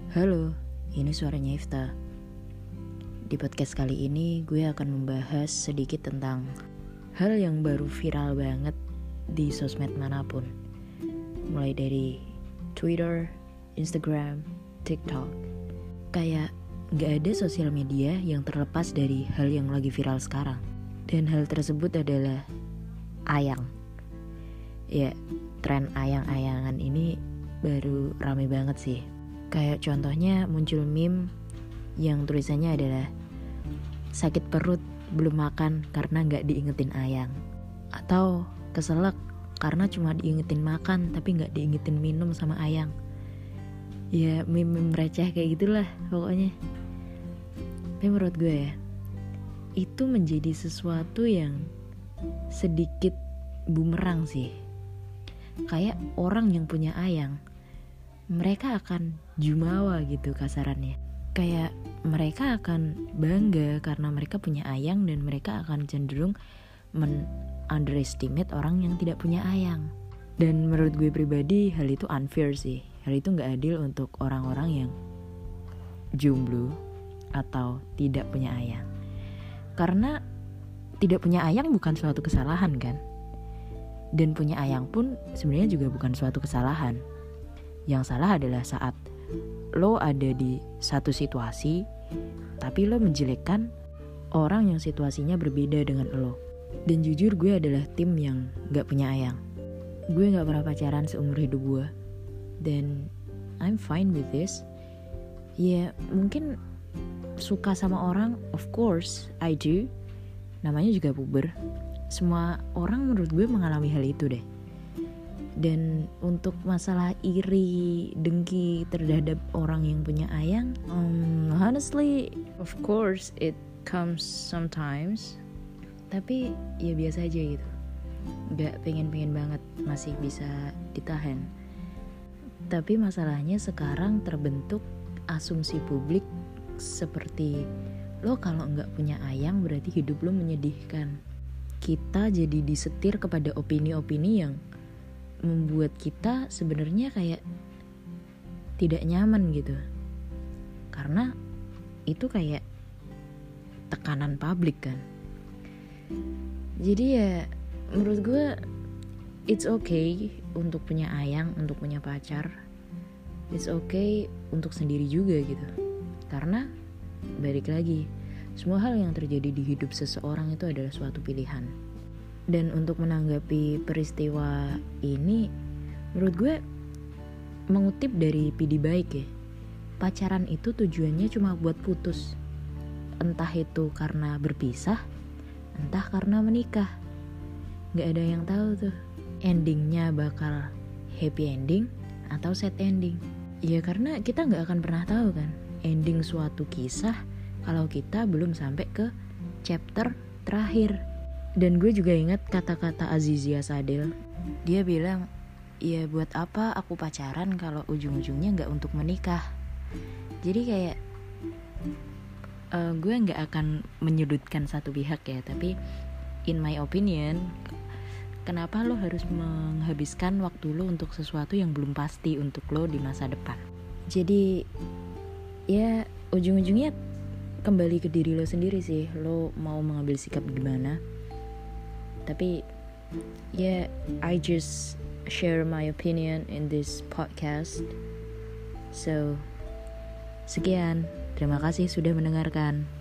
Halo, ini suaranya Ifta. Di podcast kali ini gue akan membahas sedikit tentang hal yang baru viral banget di sosmed manapun. Mulai dari Twitter, Instagram, TikTok. Kayak gak ada sosial media yang terlepas dari hal yang lagi viral sekarang. Dan hal tersebut adalah ayang. Ya, tren ayang-ayangan ini baru rame banget sih. Kayak contohnya muncul meme yang tulisannya adalah sakit perut belum makan karena gak diingetin ayang. Atau keselak karena cuma diingetin makan tapi gak diingetin minum sama ayang. Ya meme-meme receh kayak gitulah pokoknya. Tapi menurut gue ya, itu menjadi sesuatu yang sedikit bumerang sih. Kayak orang yang punya ayang, mereka akan jumawa gitu kasarannya. Kayak mereka akan bangga karena mereka punya ayang, dan mereka akan cenderung underestimate orang yang tidak punya ayang. Dan menurut gue pribadi hal itu unfair sih. Hal itu gak adil untuk orang-orang yang jomblo atau tidak punya ayang. Karena tidak punya ayang bukan suatu kesalahan kan. Dan punya ayang pun sebenarnya juga bukan suatu kesalahan. Yang salah adalah saat lo ada di satu situasi tapi lo menjelekkan orang yang situasinya berbeda dengan lo. Dan jujur gue adalah tim yang gak punya ayang. Gue gak pernah pacaran seumur hidup gue, dan I'm fine with this. Ya mungkin suka sama orang, of course I do. Namanya juga puber. Semua orang menurut gue mengalami hal itu deh. Dan untuk masalah iri, dengki terhadap orang yang punya ayang, honestly, of course it comes sometimes. Tapi ya biasa aja gitu. Gak pengen-pengen banget, masih bisa ditahan. Tapi masalahnya sekarang terbentuk asumsi publik seperti lo kalau gak punya ayang berarti hidup lo menyedihkan. Kita jadi disetir kepada opini-opini yang membuat kita sebenarnya kayak tidak nyaman gitu. Karena itu kayak tekanan publik kan. Jadi ya menurut gue it's okay untuk punya ayang, untuk punya pacar. It's okay untuk sendiri juga gitu. Karena balik lagi, semua hal yang terjadi di hidup seseorang itu adalah suatu pilihan. Dan untuk menanggapi peristiwa ini, menurut gue mengutip dari PD Baik ya, pacaran itu tujuannya cuma buat putus. Entah itu karena berpisah, entah karena menikah. Gak ada yang tahu tuh endingnya bakal happy ending atau sad ending. Ya karena kita gak akan pernah tahu kan ending suatu kisah kalau kita belum sampai ke chapter terakhir. Dan gue juga ingat kata-kata Azizia Sadel. Dia bilang, ya buat apa aku pacaran kalau ujung-ujungnya gak untuk menikah. Jadi kayak gue gak akan menyudutkan satu pihak ya. Tapi in my opinion, kenapa lo harus menghabiskan waktu lo untuk sesuatu yang belum pasti untuk lo di masa depan. Jadi ya ujung-ujungnya kembali ke diri lo sendiri sih. Lo mau mengambil sikap gimana. Tapi ya I just share my opinion in this podcast. So sekian, terima kasih sudah mendengarkan.